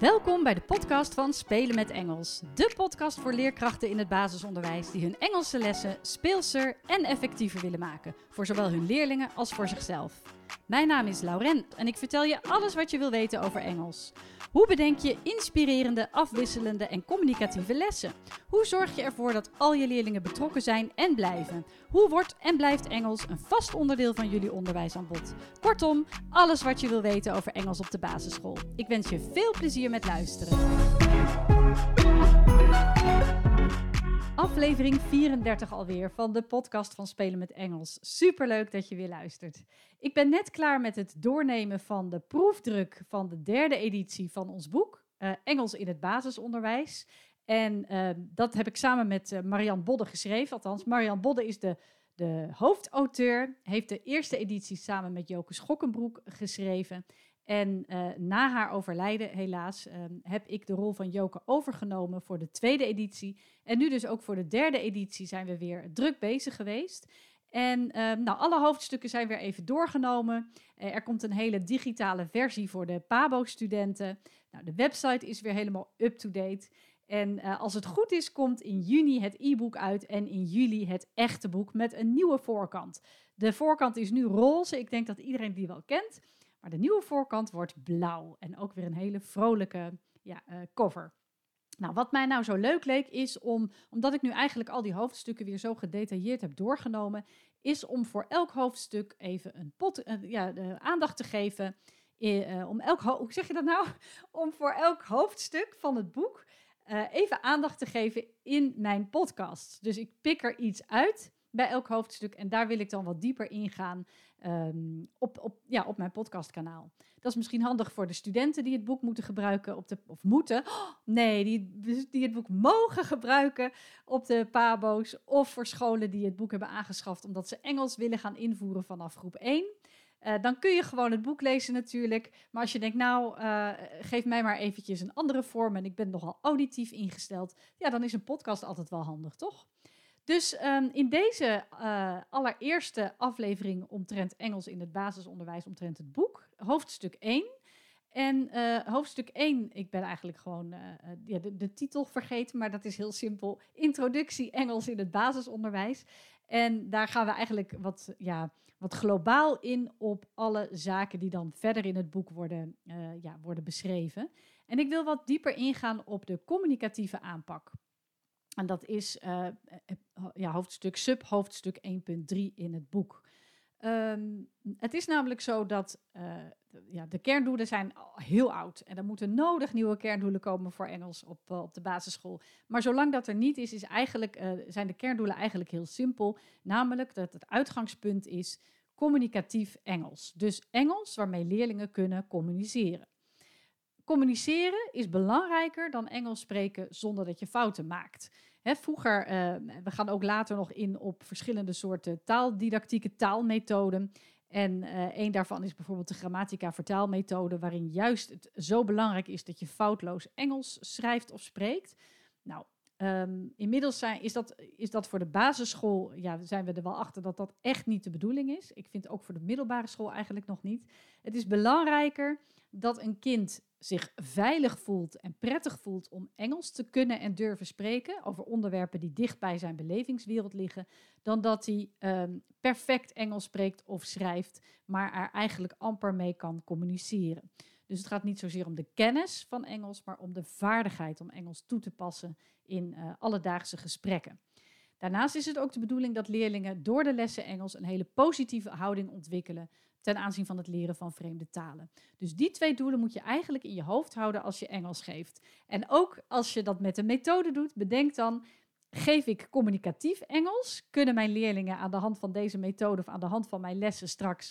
Welkom bij de podcast van Spelen met Engels. De podcast voor leerkrachten in het basisonderwijs die hun Engelse lessen speelser en effectiever willen maken. Voor zowel hun leerlingen als voor zichzelf. Mijn naam is Lauren en ik vertel je alles wat je wil weten over Engels. Hoe bedenk je inspirerende, afwisselende en communicatieve lessen? Hoe zorg je ervoor dat al je leerlingen betrokken zijn en blijven? Hoe wordt en blijft Engels een vast onderdeel van jullie onderwijsaanbod? Kortom, alles wat je wil weten over Engels op de basisschool. Ik wens je veel plezier met luisteren. Aflevering 34 alweer van de podcast van Spelen met Engels. Superleuk dat je weer luistert. Ik ben net klaar met het doornemen van de proefdruk van de 3e editie van ons boek, Engels in het basisonderwijs. En dat heb ik samen met Marianne Bodde geschreven. Althans, Marianne Bodde is de hoofdauteur, heeft de eerste editie samen met Joke Schokkenbroek geschreven. En na haar overlijden, helaas, heb ik de rol van Joke overgenomen voor de 2e editie. En nu dus ook voor de 3e editie zijn we weer druk bezig geweest. En alle hoofdstukken zijn weer even doorgenomen. Er komt een hele digitale versie voor de PABO-studenten. Nou, de website is weer helemaal up-to-date. En als het goed is, komt in juni het e-book uit en in juli het echte boek met een nieuwe voorkant. De voorkant is nu roze. Ik denk dat iedereen die wel kent. Maar de nieuwe voorkant wordt blauw en ook weer een hele vrolijke cover. Nou, wat mij nou zo leuk leek is omdat ik nu eigenlijk al die hoofdstukken weer zo gedetailleerd heb doorgenomen, is om voor elk hoofdstuk even de aandacht te geven. Hoe zeg je dat nou? Om voor elk hoofdstuk van het boek even aandacht te geven in mijn podcast. Dus ik pik er iets uit bij elk hoofdstuk en daar wil ik dan wat dieper ingaan op mijn podcastkanaal. Dat is misschien handig voor de studenten die het boek moeten gebruiken die het boek mogen gebruiken op de PABO's of voor scholen die het boek hebben aangeschaft omdat ze Engels willen gaan invoeren vanaf groep 1. Dan kun je gewoon het boek lezen natuurlijk. Maar als je denkt, geef mij maar eventjes een andere vorm en ik ben nogal auditief ingesteld, ja, dan is een podcast altijd wel handig, toch? Dus in deze allereerste aflevering omtrent Engels in het basisonderwijs, omtrent het boek, hoofdstuk 1. En hoofdstuk 1, ik ben eigenlijk gewoon de titel vergeten, maar dat is heel simpel. Introductie Engels in het basisonderwijs. En daar gaan we eigenlijk wat globaal in op alle zaken die dan verder in het boek worden beschreven. En ik wil wat dieper ingaan op de communicatieve aanpak. En dat is subhoofdstuk 1.3 in het boek. Het is namelijk zo dat de kerndoelen zijn heel oud. En er moeten nodig nieuwe kerndoelen komen voor Engels op de basisschool. Maar zolang dat er niet is, zijn de kerndoelen eigenlijk heel simpel. Namelijk dat het uitgangspunt is communicatief Engels. Dus Engels waarmee leerlingen kunnen communiceren. Communiceren is belangrijker dan Engels spreken zonder dat je fouten maakt. Vroeger, we gaan ook later nog in op verschillende soorten taaldidactieke taalmethoden. En een daarvan is bijvoorbeeld de grammatica-vertaalmethode, waarin juist het zo belangrijk is dat je foutloos Engels schrijft of spreekt. Nou, inmiddels is dat voor de basisschool, zijn we er wel achter dat dat echt niet de bedoeling is. Ik vind ook voor de middelbare school eigenlijk nog niet. Het is belangrijker dat een kind zich veilig voelt en prettig voelt om Engels te kunnen en durven spreken over onderwerpen die dicht bij zijn belevingswereld liggen, dan dat hij perfect Engels spreekt of schrijft, maar er eigenlijk amper mee kan communiceren. Dus het gaat niet zozeer om de kennis van Engels, maar om de vaardigheid om Engels toe te passen in alledaagse gesprekken. Daarnaast is het ook de bedoeling dat leerlingen door de lessen Engels een hele positieve houding ontwikkelen ten aanzien van het leren van vreemde talen. Dus die 2 doelen moet je eigenlijk in je hoofd houden als je Engels geeft. En ook als je dat met een methode doet, bedenk dan, geef ik communicatief Engels? Kunnen mijn leerlingen aan de hand van deze methode of aan de hand van mijn lessen straks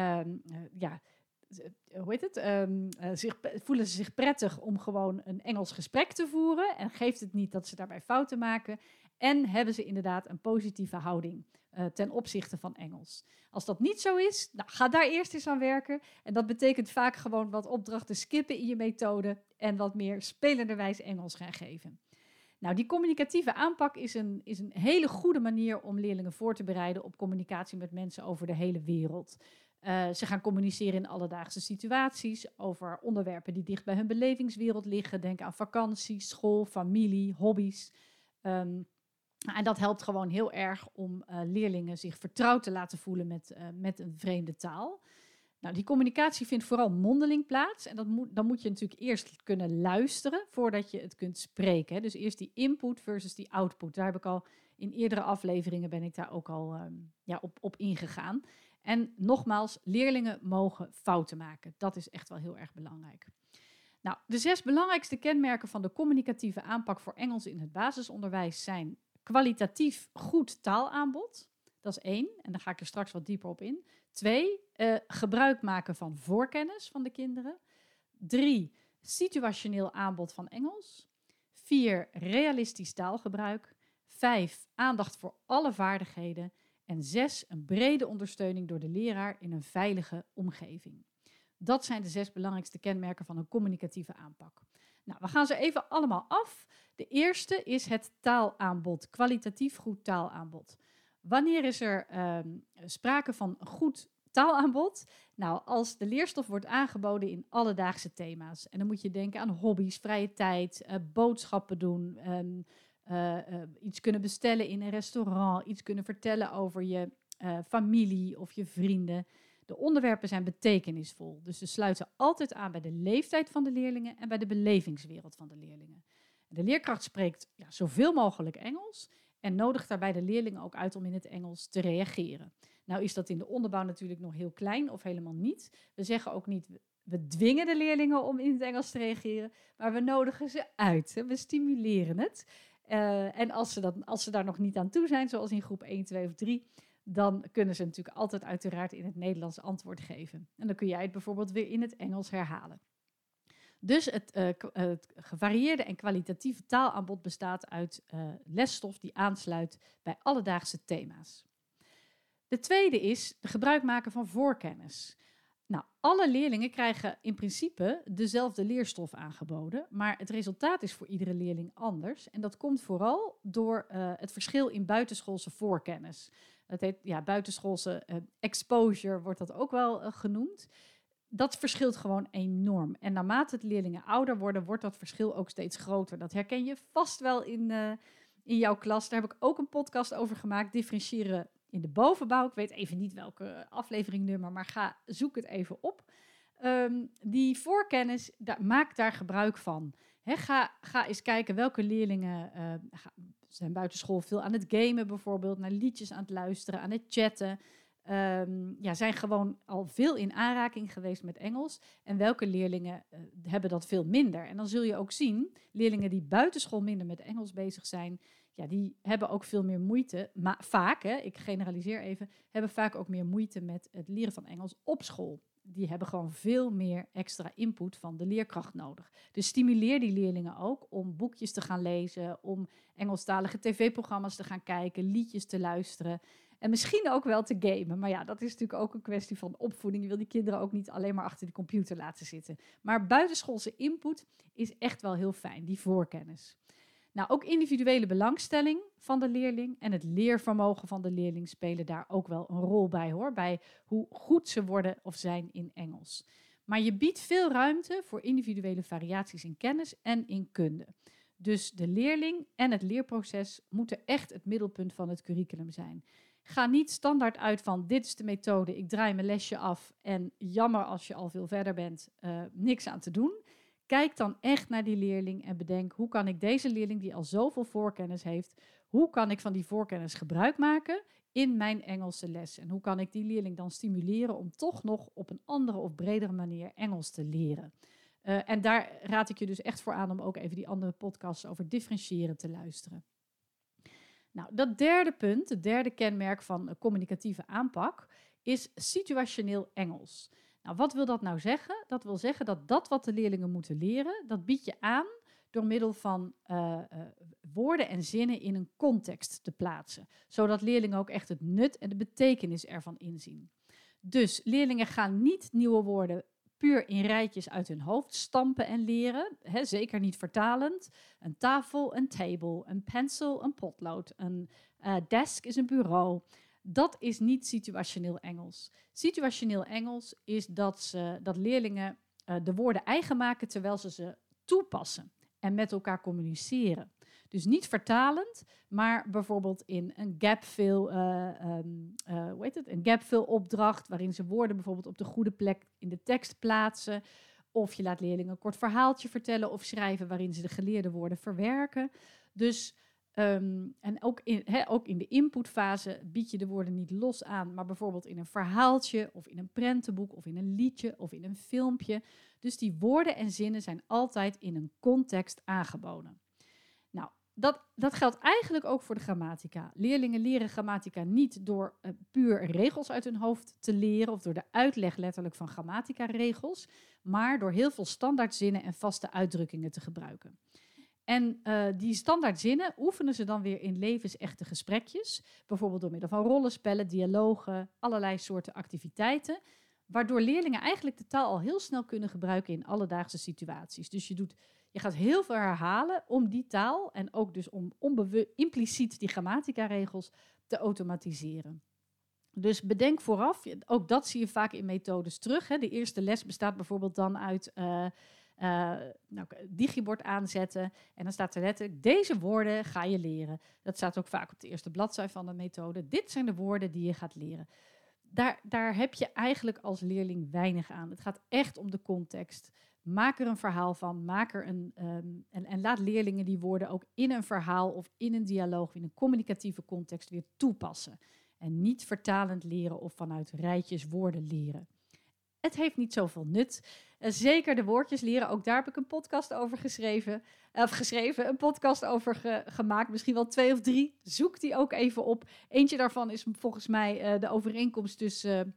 voelen ze zich prettig om gewoon een Engels gesprek te voeren en geeft het niet dat ze daarbij fouten maken en hebben ze inderdaad een positieve houding ten opzichte van Engels. Als dat niet zo is, ga daar eerst eens aan werken en dat betekent vaak gewoon wat opdrachten skippen in je methode en wat meer spelenderwijs Engels gaan geven. Nou, die communicatieve aanpak is een hele goede manier om leerlingen voor te bereiden op communicatie met mensen over de hele wereld. Ze gaan communiceren in alledaagse situaties over onderwerpen die dicht bij hun belevingswereld liggen. Denk aan vakantie, school, familie, hobby's. En dat helpt gewoon heel erg om leerlingen zich vertrouwd te laten voelen met een vreemde taal. Nou, die communicatie vindt vooral mondeling plaats. En dan moet je natuurlijk eerst kunnen luisteren voordat je het kunt spreken. Hè. Dus eerst die input versus die output. Daar heb ik al in eerdere afleveringen ben ik daar ook al op ingegaan. En nogmaals, leerlingen mogen fouten maken. Dat is echt wel heel erg belangrijk. Nou, de 6 belangrijkste kenmerken van de communicatieve aanpak voor Engels in het basisonderwijs zijn kwalitatief goed taalaanbod. Dat is 1, en daar ga ik er straks wat dieper op in. 2, gebruik maken van voorkennis van de kinderen. 3, situationeel aanbod van Engels. 4, realistisch taalgebruik. 5, aandacht voor alle vaardigheden. En 6, een brede ondersteuning door de leraar in een veilige omgeving. Dat zijn de 6 belangrijkste kenmerken van een communicatieve aanpak. Nou, we gaan ze even allemaal af. De eerste is het taalaanbod, kwalitatief goed taalaanbod. Wanneer is er sprake van goed taalaanbod? Nou, als de leerstof wordt aangeboden in alledaagse thema's. En dan moet je denken aan hobby's, vrije tijd, boodschappen doen, iets kunnen bestellen in een restaurant, iets kunnen vertellen over je familie of je vrienden. De onderwerpen zijn betekenisvol, dus ze sluiten altijd aan bij de leeftijd van de leerlingen en bij de belevingswereld van de leerlingen. De leerkracht spreekt zoveel mogelijk Engels en nodigt daarbij de leerlingen ook uit om in het Engels te reageren. Nou is dat in de onderbouw natuurlijk nog heel klein of helemaal niet. We zeggen ook niet, we dwingen de leerlingen om in het Engels te reageren, maar we nodigen ze uit. We stimuleren het. En als ze daar nog niet aan toe zijn, zoals in groep 1, 2 of 3... dan kunnen ze natuurlijk altijd uiteraard in het Nederlands antwoord geven. En dan kun jij het bijvoorbeeld weer in het Engels herhalen. Dus het gevarieerde en kwalitatieve taalaanbod bestaat uit lesstof die aansluit bij alledaagse thema's. De tweede is gebruik maken van voorkennis. Nou, alle leerlingen krijgen in principe dezelfde leerstof aangeboden, maar het resultaat is voor iedere leerling anders. En dat komt vooral door het verschil in buitenschoolse voorkennis. Dat heet buitenschoolse exposure, wordt dat ook wel genoemd. Dat verschilt gewoon enorm. En naarmate de leerlingen ouder worden, wordt dat verschil ook steeds groter. Dat herken je vast wel in jouw klas. Daar heb ik ook een podcast over gemaakt, differentiëren in de bovenbouw. Ik weet even niet welke afleveringnummer, maar zoek het even op. Die voorkennis, maak daar gebruik van. Ga eens kijken welke leerlingen zijn buitenschool veel aan het gamen bijvoorbeeld, naar liedjes aan het luisteren, aan het chatten. Zijn gewoon al veel in aanraking geweest met Engels. En welke leerlingen hebben dat veel minder? En dan zul je ook zien, leerlingen die buitenschool minder met Engels bezig zijn, die hebben ook veel meer moeite, maar vaak, ik generaliseer even, hebben vaak ook meer moeite met het leren van Engels op school. Die hebben gewoon veel meer extra input van de leerkracht nodig. Dus stimuleer die leerlingen ook om boekjes te gaan lezen, om Engelstalige tv-programma's te gaan kijken, liedjes te luisteren en misschien ook wel te gamen. Maar dat is natuurlijk ook een kwestie van opvoeding. Je wil die kinderen ook niet alleen maar achter de computer laten zitten. Maar buitenschoolse input is echt wel heel fijn, die voorkennis. Nou, ook individuele belangstelling van de leerling en het leervermogen van de leerling spelen daar ook wel een rol bij, hoor. Bij hoe goed ze worden of zijn in Engels. Maar je biedt veel ruimte voor individuele variaties in kennis en in kunde. Dus de leerling en het leerproces moeten echt het middelpunt van het curriculum zijn. Ga niet standaard uit van dit is de methode, ik draai mijn lesje af en jammer als je al veel verder bent, niks aan te doen. Kijk dan echt naar die leerling en bedenk, hoe kan ik deze leerling die al zoveel voorkennis heeft, hoe kan ik van die voorkennis gebruik maken in mijn Engelse les? En hoe kan ik die leerling dan stimuleren om toch nog op een andere of bredere manier Engels te leren? En daar raad ik je dus echt voor aan om ook even die andere podcasts over differentiëren te luisteren. Nou, dat derde punt, het derde kenmerk van communicatieve aanpak, is situationeel Engels. Nou, wat wil dat nou zeggen? Dat wil zeggen dat wat de leerlingen moeten leren, dat bied je aan door middel van woorden en zinnen in een context te plaatsen. Zodat leerlingen ook echt het nut en de betekenis ervan inzien. Dus leerlingen gaan niet nieuwe woorden puur in rijtjes uit hun hoofd stampen en leren. Zeker niet vertalend. Een tafel, een table, een pencil, een potlood. Een desk is een bureau. Dat is niet situationeel Engels. Situationeel Engels is dat leerlingen de woorden eigen maken terwijl ze toepassen en met elkaar communiceren. Dus niet vertalend, maar bijvoorbeeld in een gapfill opdracht, waarin ze woorden bijvoorbeeld op de goede plek in de tekst plaatsen. Of je laat leerlingen een kort verhaaltje vertellen of schrijven waarin ze de geleerde woorden verwerken. Dus, en ook in de inputfase bied je de woorden niet los aan, maar bijvoorbeeld in een verhaaltje of in een prentenboek of in een liedje of in een filmpje. Dus die woorden en zinnen zijn altijd in een context aangeboden. Nou, dat geldt eigenlijk ook voor de grammatica. Leerlingen leren grammatica niet door puur regels uit hun hoofd te leren of door de uitleg letterlijk van grammatica-regels, maar door heel veel standaardzinnen en vaste uitdrukkingen te gebruiken. En die standaardzinnen oefenen ze dan weer in levensechte gesprekjes, bijvoorbeeld door middel van rollenspellen, dialogen, allerlei soorten activiteiten, waardoor leerlingen eigenlijk de taal al heel snel kunnen gebruiken in alledaagse situaties. Dus je gaat heel veel herhalen om die taal en ook dus om impliciet die grammatica-regels te automatiseren. Dus bedenk vooraf, ook dat zie je vaak in methodes terug. Hè. De eerste les bestaat bijvoorbeeld dan uit digibord aanzetten. En dan staat er letterlijk, deze woorden ga je leren. Dat staat ook vaak op de eerste bladzijde van de methode. Dit zijn de woorden die je gaat leren. Daar heb je eigenlijk als leerling weinig aan. Het gaat echt om de context. Maak er een verhaal van. En laat leerlingen die woorden ook in een verhaal of in een dialoog, in een communicatieve context weer toepassen. En niet vertalend leren of vanuit rijtjes woorden leren. Het heeft niet zoveel nut. Zeker de woordjes leren. Ook daar heb ik een podcast over geschreven. Een podcast over gemaakt. Misschien wel 2 of 3. Zoek die ook even op. Eentje daarvan is volgens mij de overeenkomst tussen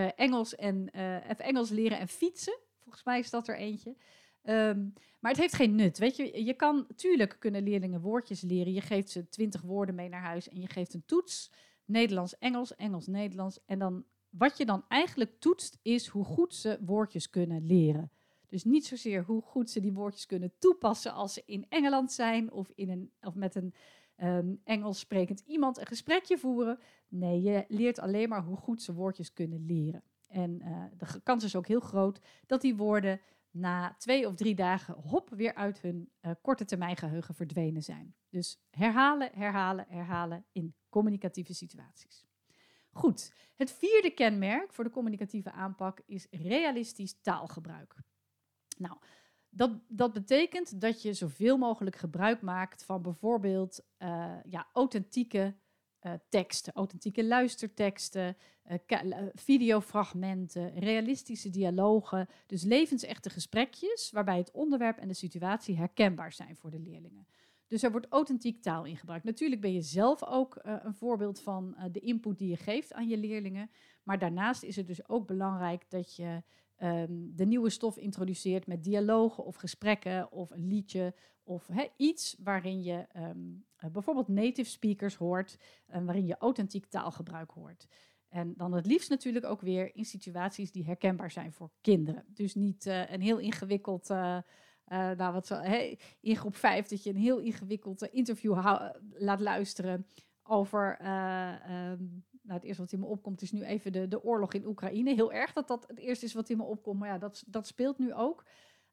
Engels leren en fietsen. Volgens mij is dat er eentje. Maar het heeft geen nut. Weet je, tuurlijk kunnen leerlingen woordjes leren. Je geeft ze 20 woorden mee naar huis en je geeft een toets. Nederlands-Engels, Engels-Nederlands. En dan, wat je dan eigenlijk toetst, is hoe goed ze woordjes kunnen leren. Dus niet zozeer hoe goed ze die woordjes kunnen toepassen als ze in Engeland zijn of met een Engels sprekend iemand een gesprekje voeren. Nee, je leert alleen maar hoe goed ze woordjes kunnen leren. En de kans is ook heel groot dat die woorden na 2 of 3 dagen weer uit hun korte termijn geheugen verdwenen zijn. Dus herhalen in communicatieve situaties. Goed, het 4e kenmerk voor de communicatieve aanpak is realistisch taalgebruik. Nou, dat betekent dat je zoveel mogelijk gebruik maakt van bijvoorbeeld authentieke teksten, authentieke luisterteksten, videofragmenten, realistische dialogen, dus levensechte gesprekjes waarbij het onderwerp en de situatie herkenbaar zijn voor de leerlingen. Dus er wordt authentiek taal in gebruikt. Natuurlijk ben je zelf ook een voorbeeld van de input die je geeft aan je leerlingen, maar daarnaast is het dus ook belangrijk dat je de nieuwe stof introduceert met dialogen of gesprekken of een liedje of iets waarin je bijvoorbeeld native speakers hoort en waarin je authentiek taalgebruik hoort. En dan het liefst natuurlijk ook weer in situaties die herkenbaar zijn voor kinderen. Dus niet een heel ingewikkeld, in groep 5 dat je een heel ingewikkeld interview laat luisteren over... het eerste wat in me opkomt is nu even de oorlog in Oekraïne. Heel erg dat het eerste is wat in me opkomt, maar ja, dat speelt nu ook.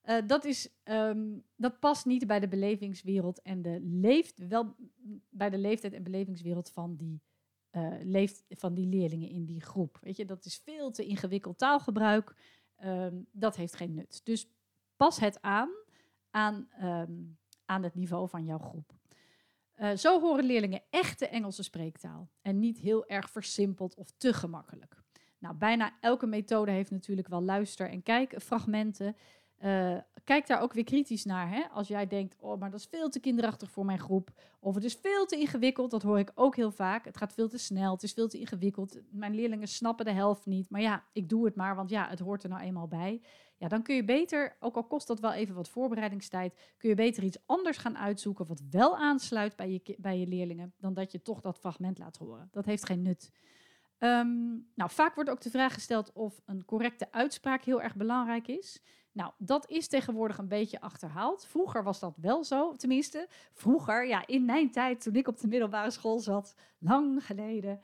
Dat past niet bij de belevingswereld en wel bij de leeftijd en belevingswereld van die leerlingen in die groep. Weet je, dat is veel te ingewikkeld taalgebruik. Dat heeft geen nut. Dus pas het aan het niveau van jouw groep. Zo horen leerlingen echte Engelse spreektaal en niet heel erg versimpeld of te gemakkelijk. Nou, bijna elke methode heeft natuurlijk wel luister- en kijkfragmenten. Kijk daar ook weer kritisch naar. Hè? Als jij denkt, maar dat is veel te kinderachtig voor mijn groep. Of het is veel te ingewikkeld, dat hoor ik ook heel vaak. Het gaat veel te snel, het is veel te ingewikkeld. Mijn leerlingen snappen de helft niet. Maar ja, ik doe het maar, want ja, het hoort er nou eenmaal bij. Ja, dan kun je beter, ook al kost dat wel even wat voorbereidingstijd, kun je beter iets anders gaan uitzoeken wat wel aansluit bij je leerlingen, dan dat je toch dat fragment laat horen. Dat heeft geen nut. Vaak wordt ook de vraag gesteld of een correcte uitspraak heel erg belangrijk is. Nou, dat is tegenwoordig een beetje achterhaald. Vroeger was dat wel zo, tenminste. Vroeger, ja, in mijn tijd, toen ik op de middelbare school zat, lang geleden,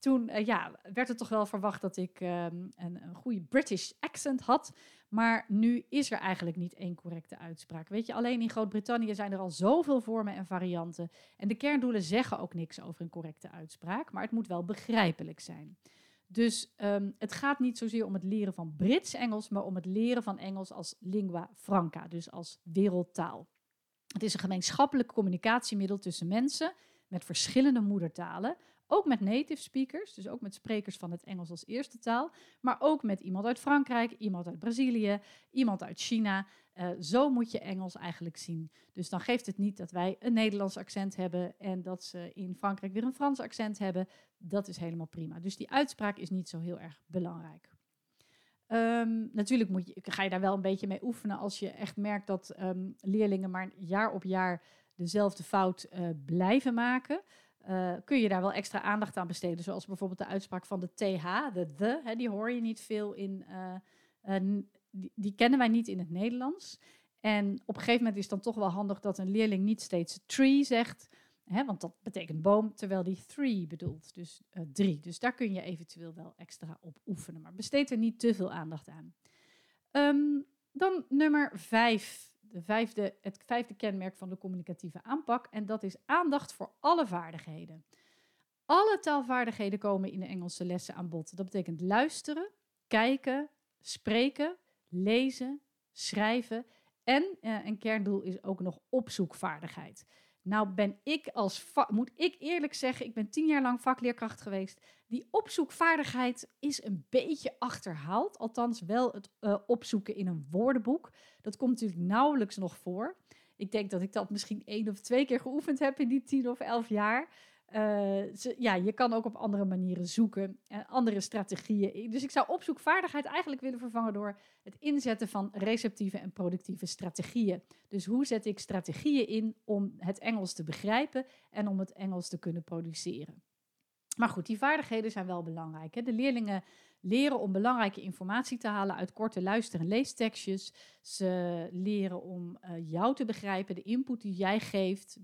toen werd het toch wel verwacht dat ik een goede British accent had. Maar nu is er eigenlijk niet één correcte uitspraak. Weet je, alleen in Groot-Brittannië zijn er al zoveel vormen en varianten. En de kerndoelen zeggen ook niks over een correcte uitspraak. Maar het moet wel begrijpelijk zijn. Dus het gaat niet zozeer om het leren van Brits-Engels, maar om het leren van Engels als lingua franca, dus als wereldtaal. Het is een gemeenschappelijk communicatiemiddel tussen mensen met verschillende moedertalen. Ook met native speakers, dus ook met sprekers van het Engels als eerste taal. Maar ook met iemand uit Frankrijk, iemand uit Brazilië, iemand uit China. Zo moet je Engels eigenlijk zien. Dus dan geeft het niet dat wij een Nederlands accent hebben en dat ze in Frankrijk weer een Frans accent hebben. Dat is helemaal prima. Dus die uitspraak is niet zo heel erg belangrijk. Natuurlijk ga je daar wel een beetje mee oefenen als je echt merkt dat leerlingen maar jaar op jaar dezelfde fout blijven maken. Kun je daar wel extra aandacht aan besteden. Zoals bijvoorbeeld de uitspraak van de TH, de the, die hoor je niet veel in, die kennen wij niet in het Nederlands. En op een gegeven moment is het dan toch wel handig dat een leerling niet steeds tree zegt, want dat betekent boom, terwijl die three bedoelt, dus 3. Dus daar kun je eventueel wel extra op oefenen. Maar besteed er niet te veel aandacht aan. Dan nummer 5. Het vijfde kenmerk van de communicatieve aanpak. En dat is aandacht voor alle vaardigheden. Alle taalvaardigheden komen in de Engelse lessen aan bod. Dat betekent luisteren, kijken, spreken, lezen, schrijven. En een kerndoel is ook nog opzoekvaardigheid. Nou moet ik eerlijk zeggen, ik ben 10 jaar lang vakleerkracht geweest. Die opzoekvaardigheid is een beetje achterhaald. Althans wel het opzoeken in een woordenboek. Dat komt natuurlijk nauwelijks nog voor. Ik denk dat ik dat misschien 1 of 2 keer geoefend heb in die 10 of 11 jaar. Je kan ook op andere manieren zoeken en andere strategieën. Dus ik zou opzoekvaardigheid eigenlijk willen vervangen door het inzetten van receptieve en productieve strategieën. Dus hoe zet ik strategieën in om het Engels te begrijpen en om het Engels te kunnen produceren? Maar goed, die vaardigheden zijn wel belangrijk. Hè? De leerlingen leren om belangrijke informatie te halen uit korte luister- en leestekstjes. Ze leren om jou te begrijpen, de input die jij geeft,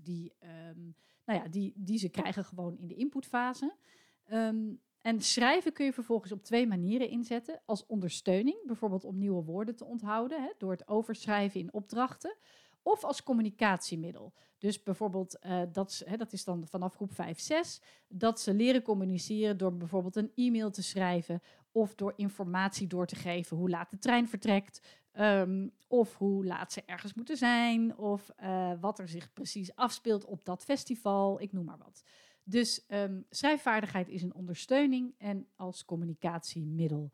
die ze krijgen gewoon in de inputfase. En schrijven kun je vervolgens op 2 manieren inzetten. Als ondersteuning, bijvoorbeeld om nieuwe woorden te onthouden, door het overschrijven in opdrachten. Of als communicatiemiddel. Dus bijvoorbeeld, dat is dan vanaf groep 5, 6, dat ze leren communiceren door bijvoorbeeld een e-mail te schrijven of door informatie door te geven hoe laat de trein vertrekt, of hoe laat ze ergens moeten zijn, of wat er zich precies afspeelt op dat festival, ik noem maar wat. Dus schrijfvaardigheid is een ondersteuning en als communicatiemiddel.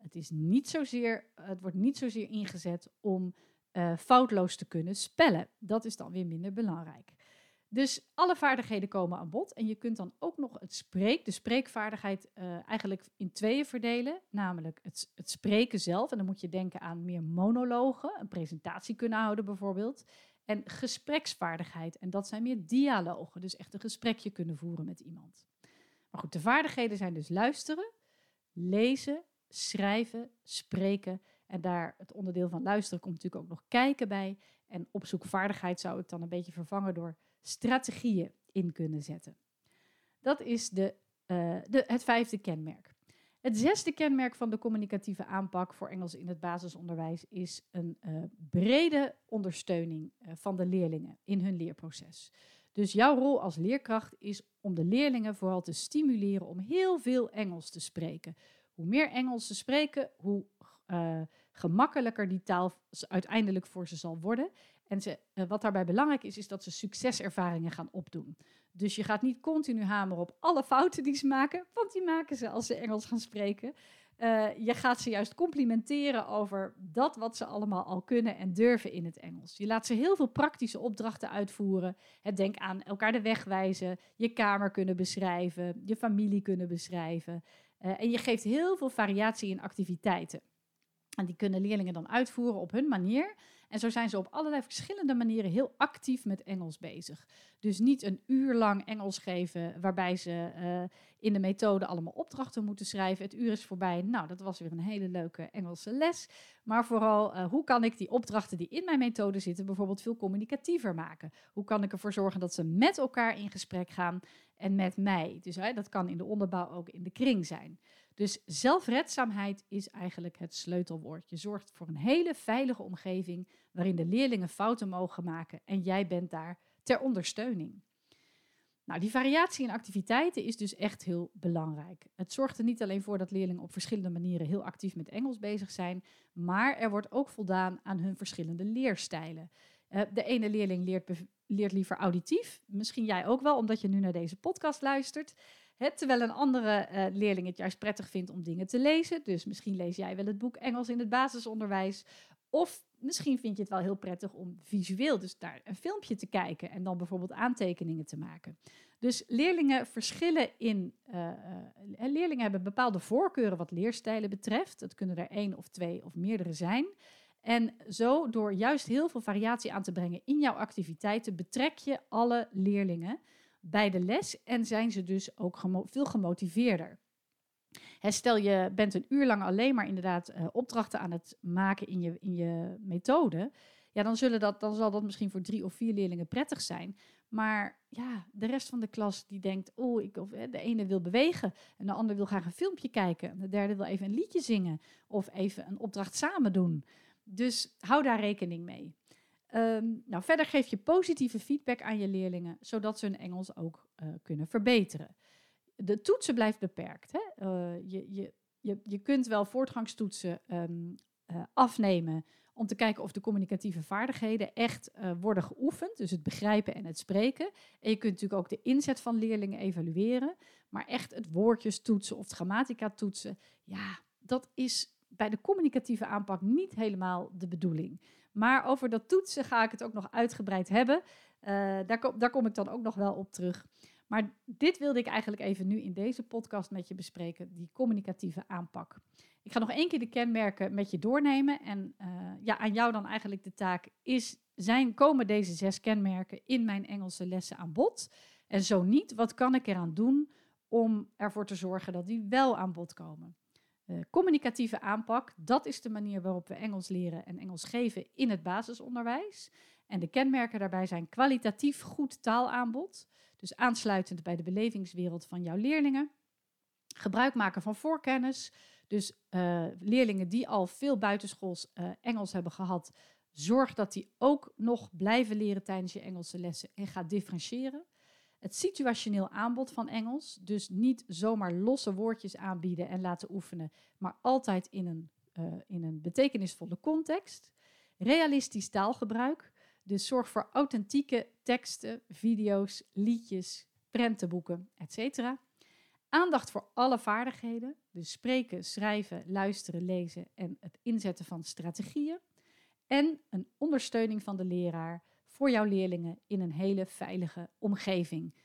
Het wordt niet zozeer ingezet om foutloos te kunnen spellen. Dat is dan weer minder belangrijk. Dus alle vaardigheden komen aan bod. En je kunt dan ook nog de spreekvaardigheid eigenlijk in 2 verdelen. Namelijk het spreken zelf. En dan moet je denken aan meer monologen. Een presentatie kunnen houden bijvoorbeeld. En gespreksvaardigheid. En dat zijn meer dialogen. Dus echt een gesprekje kunnen voeren met iemand. Maar goed, de vaardigheden zijn dus luisteren, lezen, schrijven, spreken. En daar het onderdeel van luisteren komt natuurlijk ook nog kijken bij. En opzoekvaardigheid zou ik dan een beetje vervangen door strategieën in kunnen zetten. Dat is het 5e kenmerk. Het 6e kenmerk van de communicatieve aanpak voor Engels in het basisonderwijs is een brede ondersteuning van de leerlingen in hun leerproces. Dus jouw rol als leerkracht is om de leerlingen vooral te stimuleren om heel veel Engels te spreken. Hoe meer Engels ze spreken, hoe gemakkelijker die taal uiteindelijk voor ze zal worden. En wat daarbij belangrijk is dat ze succeservaringen gaan opdoen. Dus je gaat niet continu hameren op alle fouten die ze maken, want die maken ze als ze Engels gaan spreken. Je gaat ze juist complimenteren over dat wat ze allemaal al kunnen en durven in het Engels. Je laat ze heel veel praktische opdrachten uitvoeren. Denk aan elkaar de weg wijzen, je kamer kunnen beschrijven, je familie kunnen beschrijven. En je geeft heel veel variatie in activiteiten. En die kunnen leerlingen dan uitvoeren op hun manier. En zo zijn ze op allerlei verschillende manieren heel actief met Engels bezig. Dus niet een uur lang Engels geven waarbij ze in de methode allemaal opdrachten moeten schrijven. Het uur is voorbij. Nou, dat was weer een hele leuke Engelse les. Maar vooral, hoe kan ik die opdrachten die in mijn methode zitten bijvoorbeeld veel communicatiever maken? Hoe kan ik ervoor zorgen dat ze met elkaar in gesprek gaan en met mij? Dus dat kan in de onderbouw ook in de kring zijn. Dus zelfredzaamheid is eigenlijk het sleutelwoord. Je zorgt voor een hele veilige omgeving waarin de leerlingen fouten mogen maken en jij bent daar ter ondersteuning. Nou, die variatie in activiteiten is dus echt heel belangrijk. Het zorgt er niet alleen voor dat leerlingen op verschillende manieren heel actief met Engels bezig zijn, maar er wordt ook voldaan aan hun verschillende leerstijlen. De ene leerling leert liever auditief, misschien jij ook wel, omdat je nu naar deze podcast luistert. Terwijl een andere leerling het juist prettig vindt om dingen te lezen. Dus misschien lees jij wel het boek Engels in het basisonderwijs. Of misschien vind je het wel heel prettig om visueel dus naar een filmpje te kijken en dan bijvoorbeeld aantekeningen te maken. Dus leerlingen verschillen leerlingen hebben bepaalde voorkeuren wat leerstijlen betreft. Het kunnen er 1 of 2 of meerdere zijn. En zo, door juist heel veel variatie aan te brengen in jouw activiteiten, betrek je alle leerlingen bij de les en zijn ze dus ook veel gemotiveerder. Stel je bent een uur lang alleen maar inderdaad opdrachten aan het maken in je methode. Ja, dan zal dat misschien voor 3 of 4 leerlingen prettig zijn. Maar ja, de rest van de klas die denkt, de ene wil bewegen en de ander wil graag een filmpje kijken. En de derde wil even een liedje zingen of even een opdracht samen doen. Dus hou daar rekening mee. Verder geef je positieve feedback aan je leerlingen, zodat ze hun Engels ook kunnen verbeteren. De toetsen blijft beperkt. Hè? Je kunt wel voortgangstoetsen afnemen om te kijken of de communicatieve vaardigheden echt worden geoefend. Dus het begrijpen en het spreken. En je kunt natuurlijk ook de inzet van leerlingen evalueren. Maar echt het woordjes toetsen of het grammatica toetsen, ja, dat is bij de communicatieve aanpak niet helemaal de bedoeling. Maar over dat toetsen ga ik het ook nog uitgebreid hebben. Daar kom ik dan ook nog wel op terug. Maar dit wilde ik eigenlijk even nu in deze podcast met je bespreken, die communicatieve aanpak. Ik ga nog 1 keer de kenmerken met je doornemen. En aan jou dan eigenlijk de taak komen deze 6 kenmerken in mijn Engelse lessen aan bod? En zo niet, wat kan ik eraan doen om ervoor te zorgen dat die wel aan bod komen? Communicatieve aanpak, dat is de manier waarop we Engels leren en Engels geven in het basisonderwijs. En de kenmerken daarbij zijn kwalitatief goed taalaanbod, dus aansluitend bij de belevingswereld van jouw leerlingen. Gebruik maken van voorkennis, dus leerlingen die al veel buitenschools Engels hebben gehad, zorg dat die ook nog blijven leren tijdens je Engelse lessen en ga differentiëren. Het situationeel aanbod van Engels, dus niet zomaar losse woordjes aanbieden en laten oefenen, maar altijd in een betekenisvolle context. Realistisch taalgebruik, dus zorg voor authentieke teksten, video's, liedjes, prentenboeken, etc. Aandacht voor alle vaardigheden, dus spreken, schrijven, luisteren, lezen en het inzetten van strategieën. En een ondersteuning van de leraar voor jouw leerlingen in een hele veilige omgeving.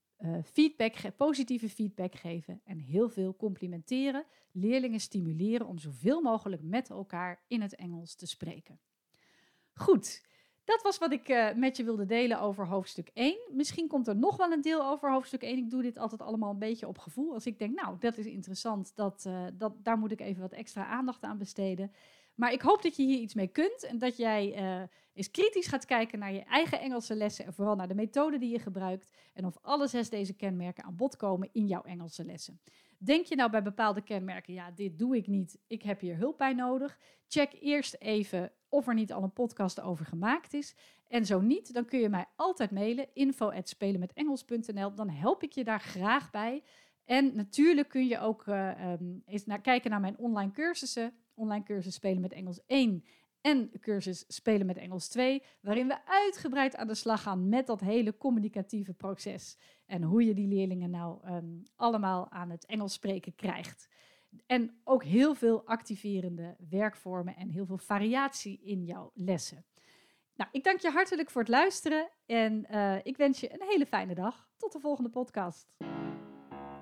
Positieve feedback geven en heel veel complimenteren. Leerlingen stimuleren om zoveel mogelijk met elkaar in het Engels te spreken. Goed, dat was wat ik met je wilde delen over hoofdstuk 1. Misschien komt er nog wel een deel over hoofdstuk 1. Ik doe dit altijd allemaal een beetje op gevoel. Als ik denk, nou, dat is interessant, daar moet ik even wat extra aandacht aan besteden. Maar ik hoop dat je hier iets mee kunt en dat jij eens kritisch gaat kijken naar je eigen Engelse lessen en vooral naar de methode die je gebruikt en of alle 6 deze kenmerken aan bod komen in jouw Engelse lessen. Denk je nou bij bepaalde kenmerken, ja, dit doe ik niet, ik heb hier hulp bij nodig? Check eerst even of er niet al een podcast over gemaakt is. En zo niet, dan kun je mij altijd mailen, info@spelenmetengels.nl. Dan help ik je daar graag bij. En natuurlijk kun je ook eens kijken naar mijn online cursussen. Online cursus Spelen met Engels 1 en cursus Spelen met Engels 2, waarin we uitgebreid aan de slag gaan met dat hele communicatieve proces. En hoe je die leerlingen nou allemaal aan het Engels spreken krijgt. En ook heel veel activerende werkvormen en heel veel variatie in jouw lessen. Nou, ik dank je hartelijk voor het luisteren en ik wens je een hele fijne dag. Tot de volgende podcast.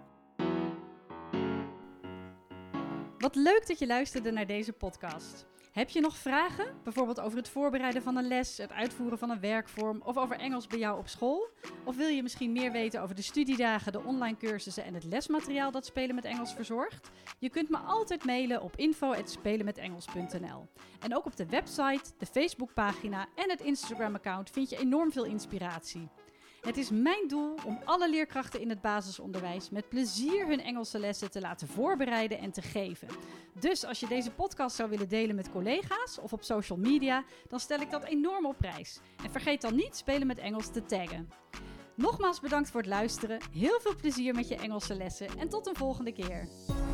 Wat leuk dat je luisterde naar deze podcast. Heb je nog vragen? Bijvoorbeeld over het voorbereiden van een les, het uitvoeren van een werkvorm of over Engels bij jou op school? Of wil je misschien meer weten over de studiedagen, de online cursussen en het lesmateriaal dat Spelen met Engels verzorgt? Je kunt me altijd mailen op info@spelenmetengels.nl. En ook op de website, de Facebookpagina en het Instagram-account vind je enorm veel inspiratie. Het is mijn doel om alle leerkrachten in het basisonderwijs met plezier hun Engelse lessen te laten voorbereiden en te geven. Dus als je deze podcast zou willen delen met collega's of op social media, dan stel ik dat enorm op prijs. En vergeet dan niet Spelen met Engels te taggen. Nogmaals bedankt voor het luisteren, heel veel plezier met je Engelse lessen en tot een volgende keer.